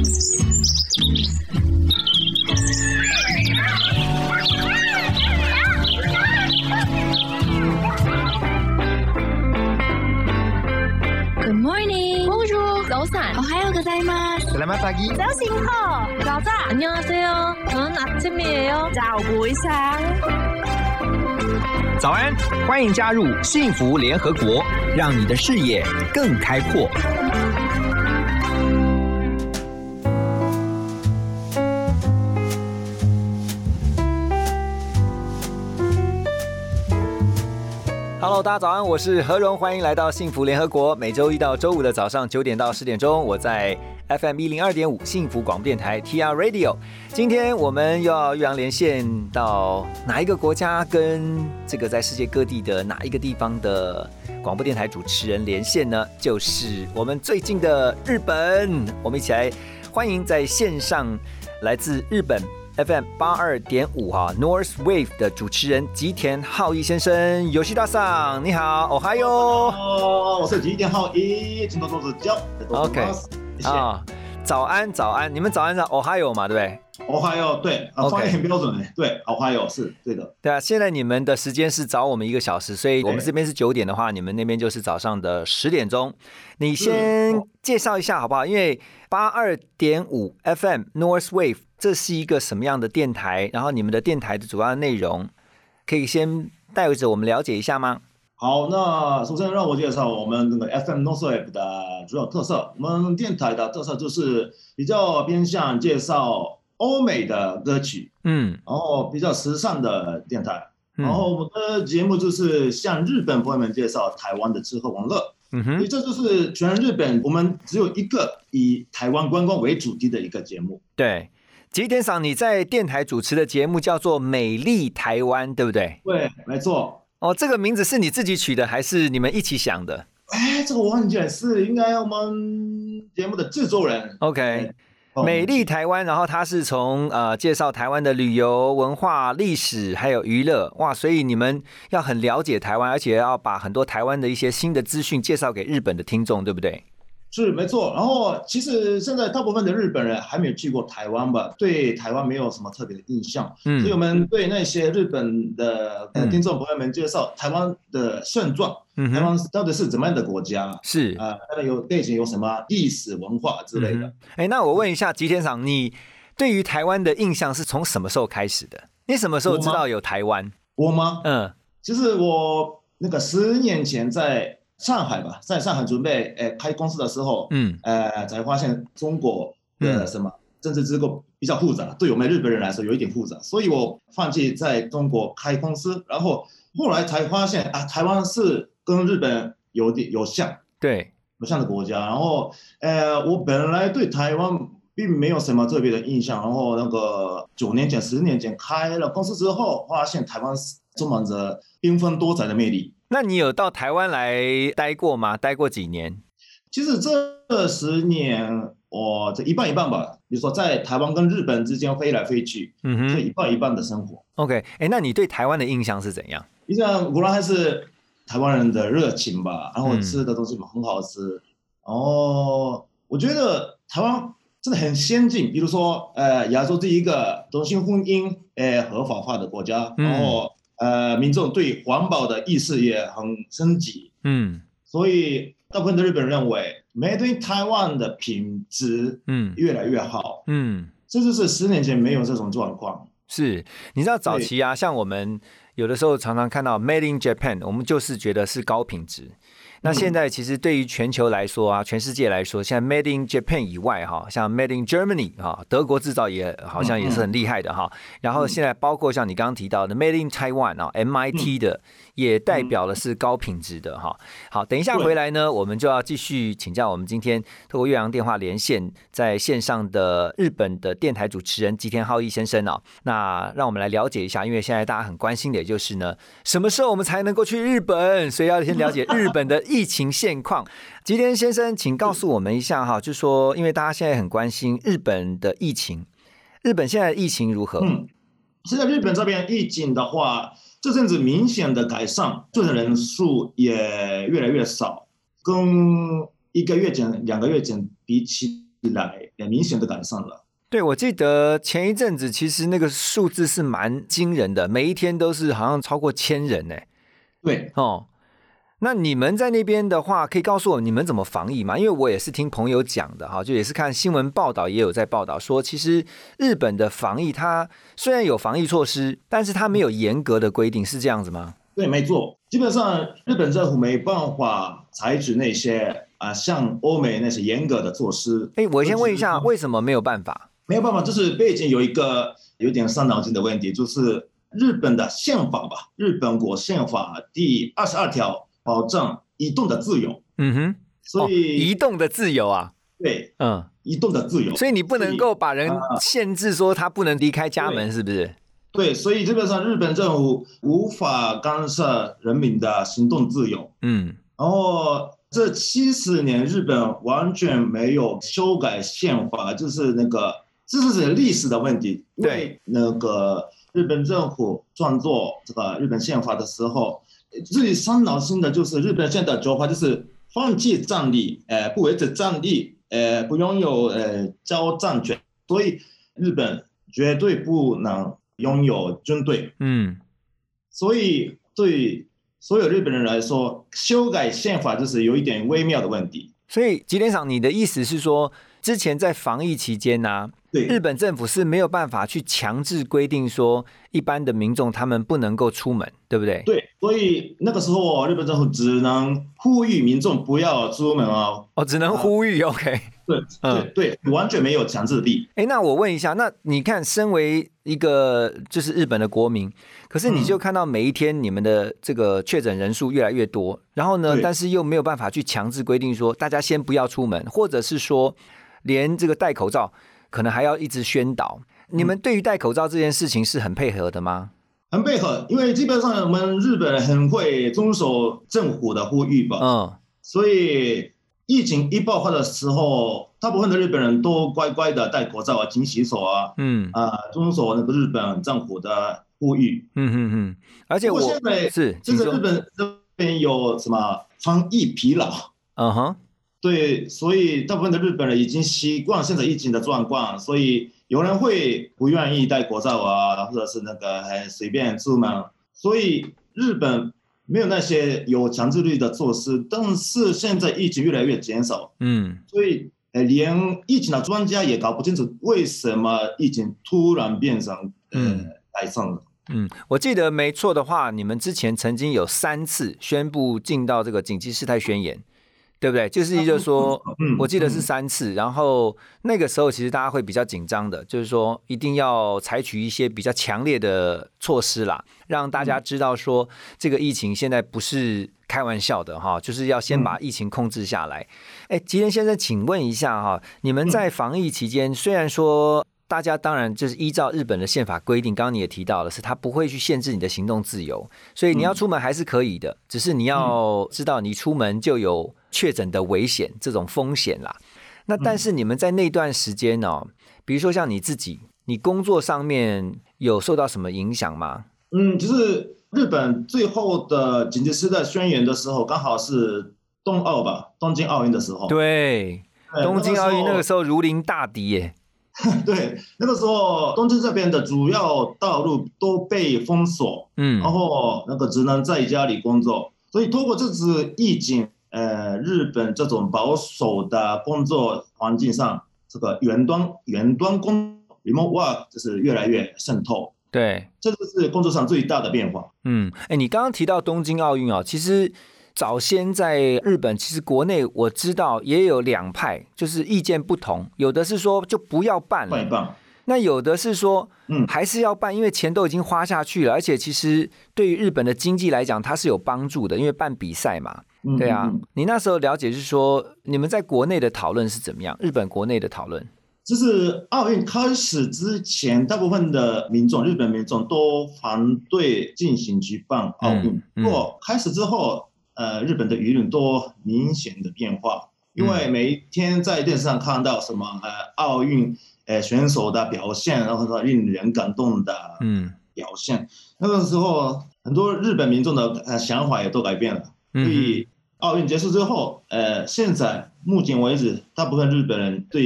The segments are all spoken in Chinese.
Good morning. Bonjour. 早安. 오하요 고자이마스. Selamat pagi. 안녕하세요. 저는 아침이에요. 早午安。 早安，欢迎加入幸福联合国，让你的视野更开阔。Hello， 大家早安，我是何荣，欢迎来到幸福联合国。每周一到周五的早上9点到10点钟，我在 FM 102.5幸福广播电台 TR Radio。今天我们又要岳阳连线到哪一个国家，跟这个在世界各地的哪一个地方的广播电台主持人连线呢？就是我们最近的日本。我们一起来欢迎在线上来自日本FM 82.5哈 North Wave 的主持人吉田浩一先生，Yoshida桑，你好，おはよう。 我是吉田浩一，请多多指教。 OK， 谢谢。 早安，早安，你们早安上おはよう嘛，对不对？ おはよう，对，发音很标准诶，对，おはよう是对的。 对啊，现在你们的时间是早我们1个小时，所以我们这边是9点的话，你们那边就是早上的10点钟。你先介绍一下好不好？因为82.5 FM North Wave 这是一个什么样的电台？然后你们的电台的主要内容，可以先带着我们了解一下吗？ 好，那首先让我介绍我们那个 FM North Wave 的主要特色。我们电台的特色就是比较偏向介绍欧美的歌曲，然后比较时尚的电台。然后我们的节目就是向日本朋友们介绍台湾的吃喝玩乐。所以这就是全日本我们只有一个以台湾观光为主题的一个节目。 对。吉田桑，你在电台主持的节目叫做《美丽台湾》，对不对？ 对，没错。 哦，这个名字是你自己取的，还是你们一起想的？ 这个我忘记了，是应该我们节目的制作人。 OK， 美丽台湾，然后他是从介绍台湾的旅游、文化、历史还有娱乐，哇，所以你们要很了解台湾，而且要把很多台湾的一些新的资讯介绍给日本的听众，对不对？ 是没错，然后其实现在大部分的日本人还没有去过台湾吧，对台湾没有什么特别的印象，所以我们对那些日本的听众朋友们介绍台湾的现状，台湾到底是怎么样的国家，是他们有背景有什么历史文化之类的。 那我问一下吉田桑，你对于台湾的印象是从什么时候开始的？你什么时候知道有台湾？ 我吗？其实我那个10年前在上海吧，在上海准备开公司的时候，才发现中国的什么政治机构比较复杂，对我们日本人来说有一点复杂，所以我放弃在中国开公司，然后后来才发现台湾是跟日本有像，对，有像的国家。然后我本来对台湾并没有什么特别的印象，然后那个9年前、10年前开了公司之后，发现台湾充满着缤纷多彩的魅力。 那你有到台湾来待过吗？待过几年？ 其实这10年我这一半一半吧，比如说在台湾跟日本之间飞来飞去，所以一半一半的生活。 OK， 那你对台湾的印象是怎样？ 印象果然还是台湾人的热情吧，然后吃的东西很好吃，然后我觉得台湾真的很先进，比如说亚洲第一个同性婚姻合法化的国家，然后民众对环保的意识也很升级，所以大部分的日本人认为 Made in Taiwan 的品质越来越好，这就是10年前没有这种状况。 是，你知道早期啊，像我们有的时候常常看到 Made in Japan， 我们就是觉得是高品质。那现在其实对于全球来说啊，全世界来说，现在 Made in Japan 以外哈，像 Made in Germany 哈，德国制造也好像也是很厉害的哈。然后现在包括像你刚刚提到的 Made in Taiwan 啊 ，MIT 的也代表的是高品质的哈。好，等一下回来呢，我们就要继续请教我们今天透过岳阳电话连线在线上的日本的电台主持人吉田浩一先生啊。那让我们来了解一下，因为现在大家很关心的也就是呢，什么时候我们才能够去日本？所以要先了解日本的疫情现况。吉田先生，请告诉我们一下哈，就说因为大家现在很关心日本的疫情，日本现在的疫情如何？ 现在日本这边疫情的话，这阵子明显的改善，确诊人数也越来越少，跟1个月前、2个月前比起以来明显的改善了。 对，我记得前一阵子其实那个数字是蛮惊人的，每一天都是好像超过1000人呢。 对哦，那你们在那边的话，可以告诉我你们怎么防疫吗？因为我也是听朋友讲的哈，就也是看新闻报道也有在报道说，其实日本的防疫它虽然有防疫措施，但是它没有严格的规定，是这样子吗？ 对，没错，基本上日本政府没办法采取那些像欧美那些严格的措施。 我先问一下，为什么没有办法？ 没有办法，就是背景有一个有点伤脑筋的问题，就是日本的宪法吧，日本国宪法第22条保障移动的自由。所以移动的自由啊， 对，移动的自由， 所以你不能够把人限制说他不能离开家门，是不是？ 对，所以基本上日本政府无法干涉人民的行动自由。然后这70年日本完全没有修改宪法，就是这是历史的问题。因为日本政府创作这个日本宪法的时候，最伤脑筋的就是日本现在的做法就是放弃战力，不维持战力，不拥有交战权，所以日本绝对不能拥有军队。所以对所有日本人来说，修改宪法就是有一点微妙的问题。 所以吉田さん，你的意思是说，之前在防疫期间对，日本政府是没有办法去强制规定说一般的民众他们不能够出门，对不对？ 对，所以那个时候日本政府只能呼吁民众不要出门只能呼吁，OK。 对，完全没有强制力。 那我问一下，那你看，身为一个就是日本的国民，可是你就看到每一天你们的这个确诊人数越来越多，然后呢，但是又没有办法去强制规定说大家先不要出门，或者是说连这个戴口罩可能还要一直宣导。你们对于戴口罩这件事情是很配合的吗？ 很配合，因为基本上我们日本人很会遵守政府的呼吁吧。所以疫情一爆发的时候，大部分的日本人都乖乖的戴口罩勤洗手遵守日本政府的呼吁。 而且现在就是日本这边有什么防疫疲劳。对，所以大部分的日本人已经习惯现在疫情的状况，所以有人会不愿意戴口罩或者是随便出门，所以日本没有那些有强制力的措施。但是现在疫情越来越减少，所以连疫情的专家也搞不清楚为什么疫情突然变成改善了。 我记得没错的话，你们之前曾经有3次宣布进到这个紧急事态宣言，对不对？就是说，我记得是3次，然后那个时候其实大家会比较紧张的，就是说一定要采取一些比较强烈的措施啦，让大家知道说这个疫情现在不是开玩笑的就是要先把疫情控制下来。吉田先生，请问一下你们在防疫期间，虽然说大家当然就是依照日本的宪法规定，刚刚你也提到了，是它不会去限制你的行动自由，所以你要出门还是可以的，只是你要知道你出门就有确诊的危险这种风险啦。那但是你们在那段时间比如说像你自己，你工作上面有受到什么影响吗？ 就是日本最后的紧急事态宣言的时候，刚好是冬奥吧，东京奥运的时候。 对，东京奥运那个时候如临大敌耶。 对，那个时候东京这边的主要道路都被封锁，然后只能在家里工作。所以通过这次疫情，日本这种保守的工作环境上，这个远端工 remote work 就是越来越渗透。 对， 这就是工作上最大的变化。 你刚刚提到东京奥运其实早先在日本，其实国内我知道也有2派，就是意见不同，有的是说就不要办了，那有的是说还是要办，因为钱都已经花下去了，而且其实对于日本的经济来讲它是有帮助的，因为办比赛嘛。对啊，你那时候了解是说你们在国内的讨论是怎么样？日本国内的讨论就是奥运开始之前，大部分的日本民众都反对进行举办奥运。不过开始之后，日本的舆论都明显的变化，因为每一天在电视上看到什么奥运选手的表现，然后令人感动的表现，那个时候很多日本民众的想法也都改变了。所以奥运结束之后，现在目前为止，大部分日本人对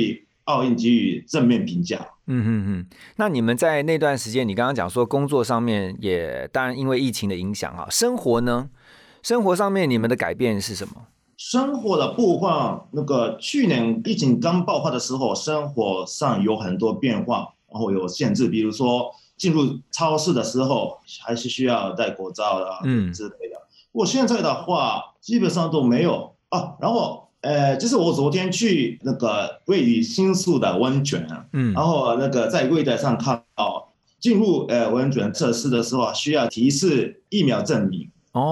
奥运给予正面评价。 那你们在那段时间，你刚刚讲说工作上面也当然因为疫情的影响啊，生活呢？生活上面你们的改变是什么？ 生活的部分，那个去年疫情刚爆发的时候，生活上有很多变化，然后有限制，比如说进入超市的时候还是需要戴口罩啊之类的。不过现在的话基本上都没有啊。然后就是我昨天去那个位于新宿的温泉，然后那个在柜台上看到进入温泉设施的时候需要提示疫苗证明。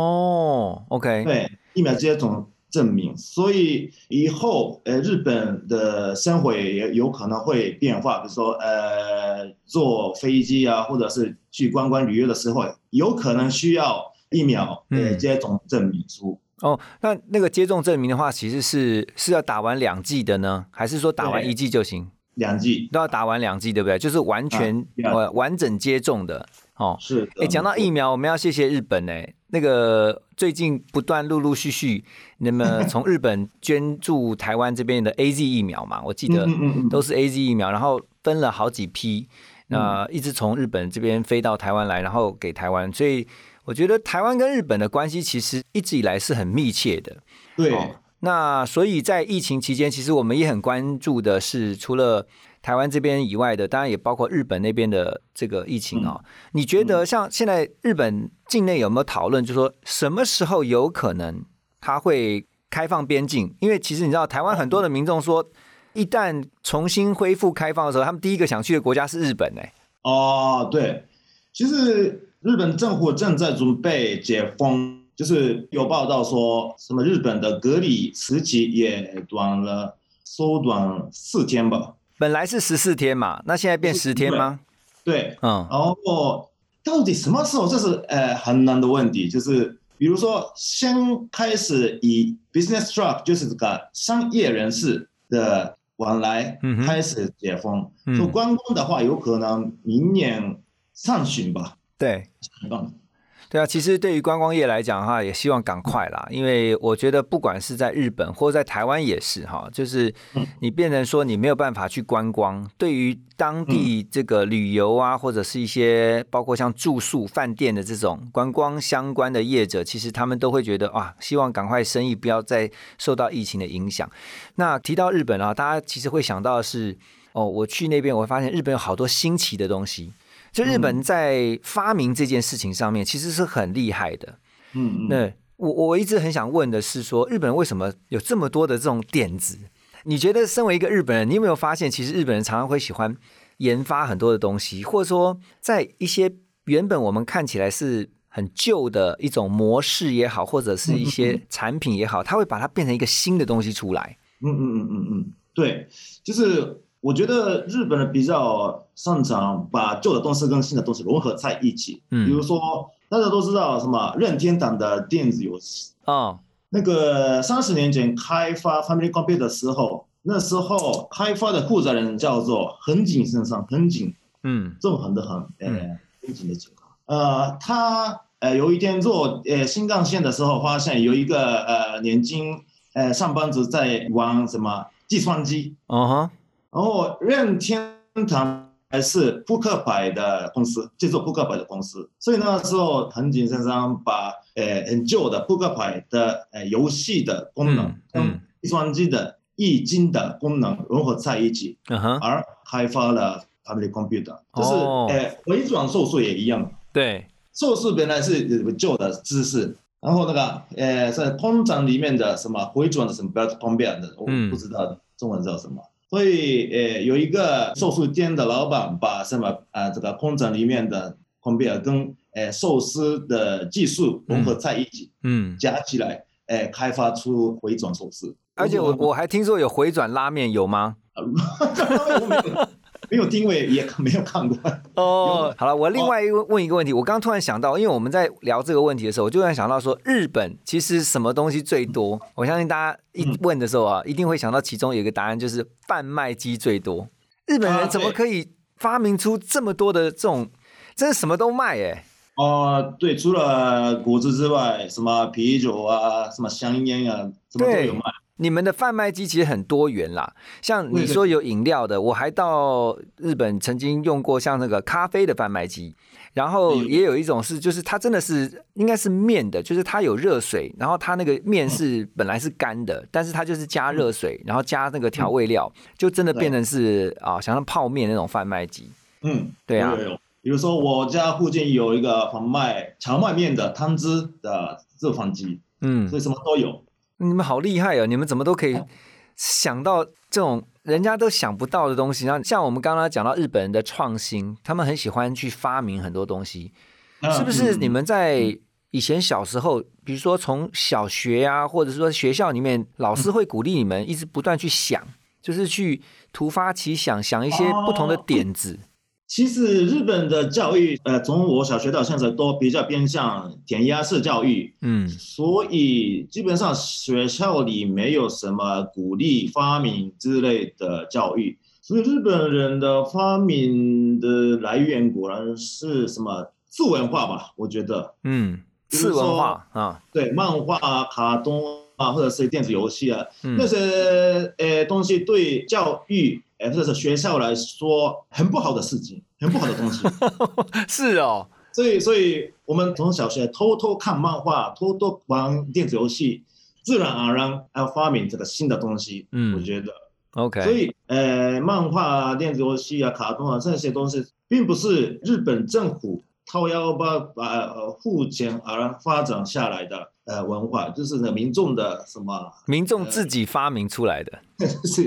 OK， 对，疫苗接种证明，所以以后日本的生活也有可能会变化，比如说坐飞机啊，或者是去观光旅游的时候，有可能需要疫苗接种证明书。 那个接种证明的话，其实是要打完2剂的呢，还是说打完1剂就行 ？2剂都要打完2剂，对不对？就是完全完整接种的。 是的。 讲到疫苗，我们要谢谢日本那个最近不断陆陆续续，那么从日本捐助台湾这边的 AZ 疫苗嘛，我记得都是 AZ 疫苗，然后分了好几批，一直从日本这边飞到台湾来，然后给台湾，所以我觉得台湾跟日本的关系其实一直以来是很密切的。 对。 那所以在疫情期间，其实我们也很关注的是，除了台湾这边以外的，当然也包括日本那边的这个疫情你觉得像现在日本境内有没有讨论，就是说什么时候有可能它会开放边境？因为其实你知道，台湾很多的民众说，一旦重新恢复开放的时候，他们第一个想去的国家是日本对，其实日本政府正在准备解封。就是有报道说什么日本的隔离时期也缩短4天吧， 本来是14天嘛，那现在变10天吗？ 对，然后到底什么时候，这是很难的问题。就是比如说先开始以 business truck 就是这个商业人士的往来开始解封，所以观光的话有可能明年上旬吧。 对啊，其实对于观光业来讲的话，也希望赶快啦，因为我觉得不管是在日本或在台湾也是就是你变成说你没有办法去观光，对于当地这个旅游啊，或者是一些包括像住宿饭店的这种观光相关的业者，其实他们都会觉得希望赶快生意不要再受到疫情的影响。那提到日本大家其实会想到的是我去那边我会发现日本有好多新奇的东西。就日本在发明这件事情上面其实是很厉害的。那我一直很想问的是说，日本人为什么有这么多的这种点子？你觉得身为一个日本人，你有没有发现其实日本人常常会喜欢研发很多的东西，或者说在一些原本我们看起来是很旧的一种模式也好，或者是一些产品也好，他会把它变成一个新的东西出来。 对，就是我觉得日本人比较擅长把旧的东西跟新的东西融合在一起。比如说大家都知道什么任天堂的电子游戏那个30年前开发 Family Computer 的时候，那时候开发的负责人叫做横井先生，横井纵横的横，横井的井。他有一天做新干线的时候，发现有一个年轻上班族在玩什么计算机。然后任天堂还是扑克牌的公司，制作扑克牌的公司，所以那时候横井先生把很旧的扑克牌的游戏的功能跟计算机的易经的功能融合在一起，而开发了 Family Computer。就是回转寿司也一样。 对， 寿司本来是旧的知识，然后那个在通常里面的什么回转的什么不要方便的，我不知道中文叫什么。所以有一个寿司店的老板把什么这个工厂里面的computer跟寿司的技术融合在一起，加起来开发出回转寿司。 而且我还听说有回转拉面，有吗？ 没有定位，也没有看过。 好了，我另外问一个问题，我刚突然想到，因为我们在聊这个问题的时候，我就突然想到说，日本其实什么东西最多？我相信大家一问的时候一定会想到其中有一个答案，就是贩卖机最多。日本人怎么可以发明出这么多的这种，真的什么都卖对，除了果汁之外，什么啤酒啊，什么香烟啊，什么都有卖。 你们的贩卖机其实很多元啦，像你说有饮料的，我还到日本曾经用过像那个咖啡的贩卖机，然后也有一种是就是它真的是应该是面的，就是它有热水，然后它那个面是本来是干的，但是它就是加热水，然后加那个调味料，就真的变成是像泡面那种贩卖机。 对啊，比如说我家附近有一个贩卖荞麦面的汤汁的热贩机，所以什么都有。 你们好厉害哦！你们怎么都可以想到这种人家都想不到的东西？像我们刚刚讲到日本人的创新，他们很喜欢去发明很多东西，是不是？你们在以前小时候，比如说从小学啊，或者说学校里面，老师会鼓励你们一直不断去想，就是去突发奇想，想一些不同的点子。 其实日本的教育，从我小学到现在都比较偏向填鸭式教育，所以基本上学校里没有什么鼓励发明之类的教育，所以日本人的发明的来源果然是什么次文化吧？我觉得， 次文化啊， 对，漫画、卡通啊，或者是电子游戏啊，那些东西对教育。或者是学校来说很不好的事情，很不好的东西。 是哦， 所以我们从小学偷偷看漫画，偷偷玩电子游戏，自然而然要发明这个新的东西。我觉得 OK。 所以漫画、电子游戏啊、卡通啊这些东西，并不是日本政府掏腰包付钱而发展下来的文化，就是那民众的什么民众自己发明出来的。 是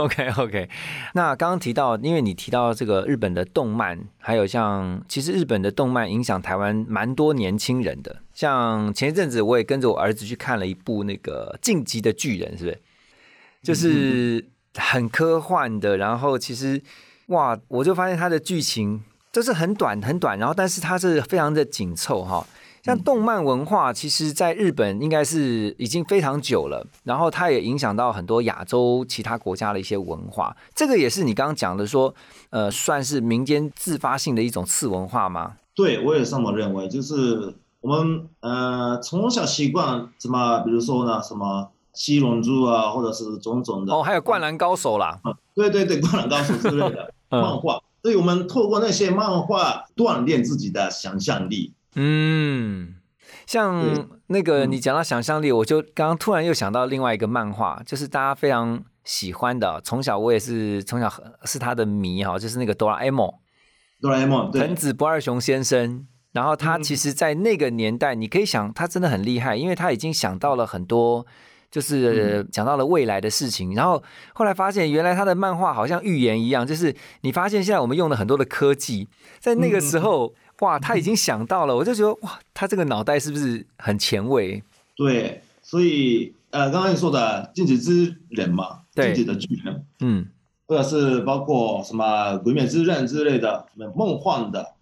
OK。那刚刚提到，因为你提到这个日本的动漫，还有像其实日本的动漫影响台湾蛮多年轻人的。像前一阵子我也跟着我儿子去看了一部那个《进击的巨人》，是不是？就是很科幻的，然后其实哇，我就发现它的剧情就是很短，然后但是它是非常的紧凑哈。像动漫文化，其实在日本应该是已经非常久了，然后它也影响到很多亚洲其他国家的一些文化。这个也是你刚刚讲的说，算是民间自发性的一种次文化吗？ 对，我也这么认为。就是我们从小习惯什么，比如说呢，什么七龙珠啊，或者是种种的还有灌篮高手啦， 对，灌篮高手之类的漫画，所以我们透过那些漫画锻炼自己的想象力。 像那个你讲到想象力，我就刚刚突然又想到另外一个漫画，就是大家非常喜欢的，从小我也是是他的迷哈，就是那个哆啦 A 梦， 对， 藤子不二雄先生。然后他其实在那个年代，你可以想他真的很厉害，因为他已经想到了很多，就是讲到了未来的事情。然后后来发现原来他的漫画好像预言一样，就是你发现现在我们用了很多的科技，在那个时候哇，他已经想到了，我就觉得哇，他这个脑袋是不是很前卫？ 对，所以刚刚你说的进击之人嘛，进击的巨人，或者是包括什么鬼灭之刃之类的梦幻的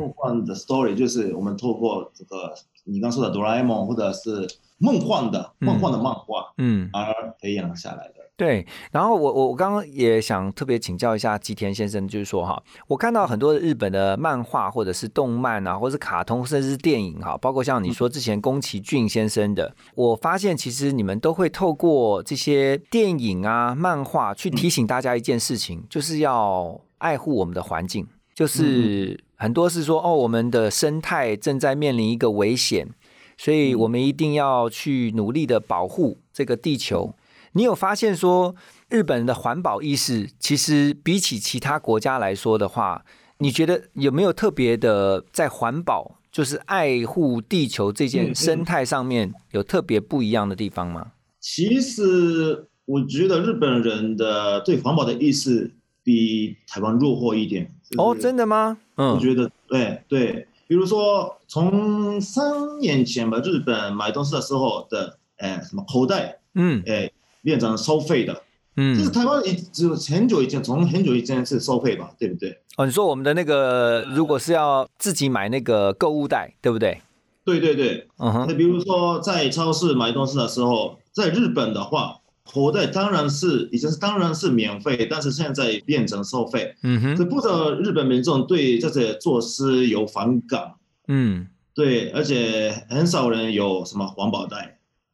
story， 就是我们透过这个你刚说的哆啦 A 梦或者是梦幻的漫画，而培养下来的。 对，然后我刚刚也想特别请教一下吉田先生，就是说哈，我看到很多日本的漫画或者是动漫啊，或者是卡通，甚至是电影哈，包括像你说之前宫崎骏先生的，我发现其实你们都会透过这些电影啊、漫画去提醒大家一件事情，就是要爱护我们的环境，就是很多是说我们的生态正在面临一个危险，所以我们一定要去努力的保护这个地球。你有发现说日本的环保意识其实比起其他国家来说的话，你觉得有没有特别的在环保就是爱护地球这件生态上面有特别不一样的地方吗？ 其实我觉得日本人的对环保的意识比台湾弱后一点。 真的吗？ 我觉得对，比如说从3年前吧，日本买东西的时候的什么口袋变成收费的，就是台湾只有很久以前是收费吧，对不对？ 你说我们的那个如果是要自己买那个购物袋，对不对？ 对，那比如说在超市买东西的时候，在日本的话，口袋以前当然是免费，但是现在变成收费，所以不少日本民众对这些措施有反感，对，而且很少人有什么环保袋。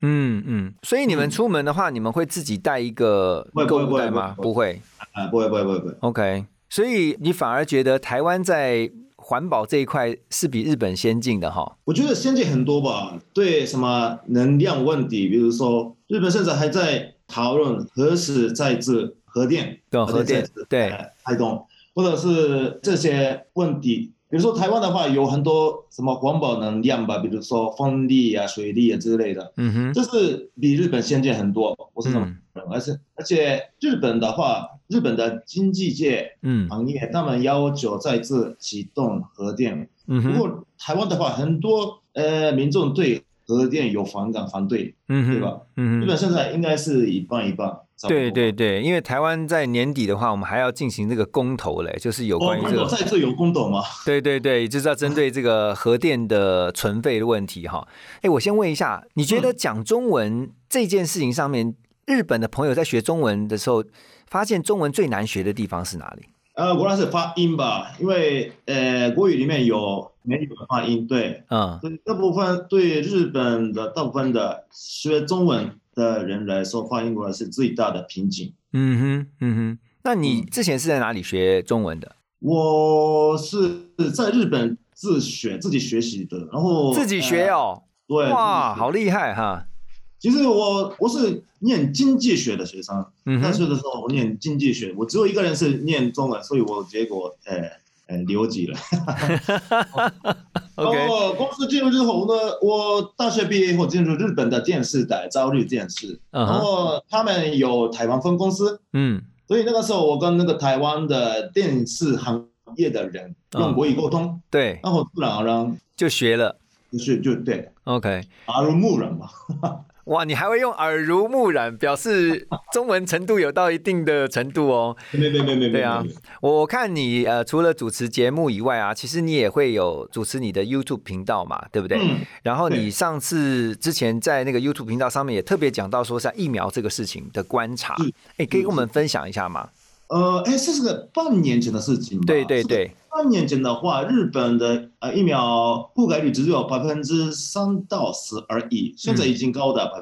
所以你们出门的话，你们会自己带一个购物袋吗？不会， 不会。 OK， 所以你反而觉得台湾在环保这一块是比日本先进的哈？ 我觉得先进很多吧。对什么能量问题，比如说日本现在还在讨论何时再制核电，对开动，或者是这些问题。比如说台湾的话，有很多什么环保能量吧，比如说风力啊、水力啊之类的，这是比日本先进很多，我是这么认为。而且日本的话，日本的经济界行业，他们要求再次启动核电。不过台湾的话，很多民众对核电有反对，对吧？日本现在应该是一半一半。 对，因为台湾在年底的话，我们还要进行这个公投嘞，就是有关于这个在这有公投吗？ 对，就是要针对这个核电的存废的问题哈。我先问一下，你觉得讲中文这件事情上面，日本的朋友在学中文的时候，发现中文最难学的地方是哪里？ 果然是发音吧，因为国语里面有没有发音，对，所以这部分对日本的大部分的学中文的人来说，发音果然是最大的瓶颈。 那你之前是在哪里学中文的？ 我是在日本自己学习的，然后自己学哦， 对， 哇，好厉害哈！ 其实我是念经济学的学生，大学的时候我念经济学，我只有一个人是念中文，所以我结果留级了。然后公司进入之后呢，我大学毕业以后进入日本的电视台朝日电视，然后他们有台湾分公司，所以那个时候我跟那个台湾的电视行业的人用国语沟通， 对， 然后自然而然就学了， 就对 ，OK， 耳濡目染嘛。 哇，你还会用耳濡目染，表示中文程度有到一定的程度哦。 没。 对啊，我看你除了主持节目以外啊，其实你也会有主持你的 YouTube 频道嘛，对不对？然后你上次之前在那个 YouTube 频道上面也特别讲到说在疫苗这个事情的观察，可以跟我们分享一下吗？ 这是个半年前的事情吧。 对。 半年前的话，日本的疫苗覆盖率只有3%到10%而已，现在已经高达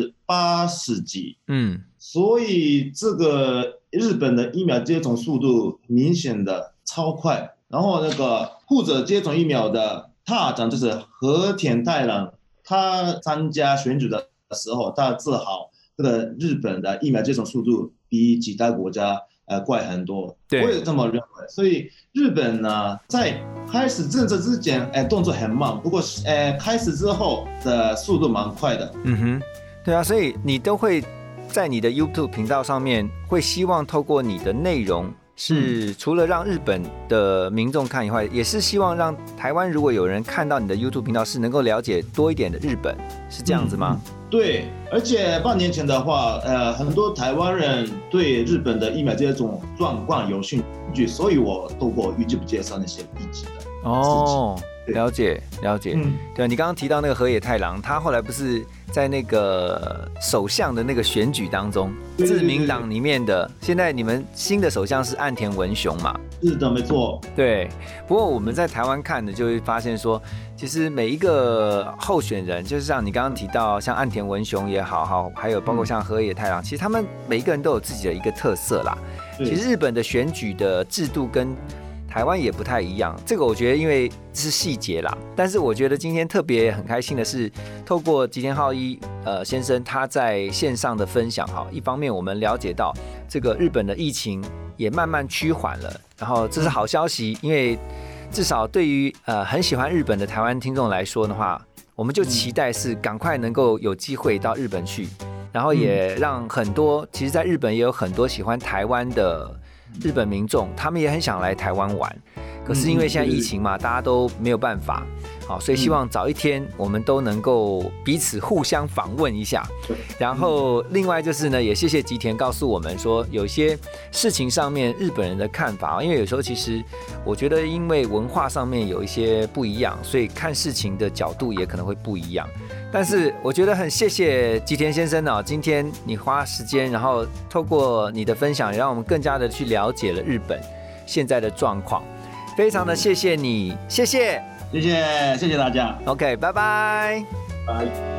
80%几。所以这个日本的疫苗接种速度明显的超快。然后那个负责接种疫苗的他长就是和田太郎，他参加选举的时候，他自豪这个日本的疫苗接种速度比其他国家快很多，我也这么认为。所以日本呢，在开始政策之前，动作很慢，不过开始之后的速度蛮快的。 对啊，所以你都会在你的 YouTube 频道上面，会希望透过你的内容，是除了让日本的民众看以外，也是希望让台湾如果有人看到你的 YouTube 频道，是能够了解多一点的日本，是这样子吗？ 对，而且半年前的话，很多台湾人对日本的疫苗接种状况有兴趣，所以我透过 YouTube 介绍那些议题的事情。 了解。对，你刚刚提到那个河野太郎，他后来不是在那个首相的那个选举当中，自民党里面的，现在你们新的首相是岸田文雄嘛？ 是的，没错。 对，不过我们在台湾看的就会发现说，其实每一个候选人，就是像你刚刚提到，像岸田文雄也好，还有包括像河野太郎，其实他们每一个人都有自己的一个特色啦。其实日本的选举的制度跟台湾也不太一样，这个我觉得因为是细节啦。但是我觉得今天特别很开心的是，透过吉田浩一先生他在线上的分享，一方面我们了解到这个日本的疫情也慢慢趋缓了，然后这是好消息，因为至少对于很喜欢日本的台湾听众来说的话，我们就期待是赶快能够有机会到日本去，然后也让很多其实在日本也有很多喜欢台湾的日本民众，他们也很想来台湾玩，可是因为现在疫情嘛，大家都没有办法，好，所以希望早一天我们都能够彼此互相访问一下。然后另外就是呢，也谢谢吉田告诉我们说，有一些事情上面日本人的看法，因为有时候其实我觉得因为文化上面有一些不一样，所以看事情的角度也可能会不一样。但是我觉得很谢谢吉田先生哦，今天你花时间，然后透过你的分享，也让我们更加的去了解了日本现在的状况，非常的谢谢你，谢谢大家 ，OK， 拜拜， 拜。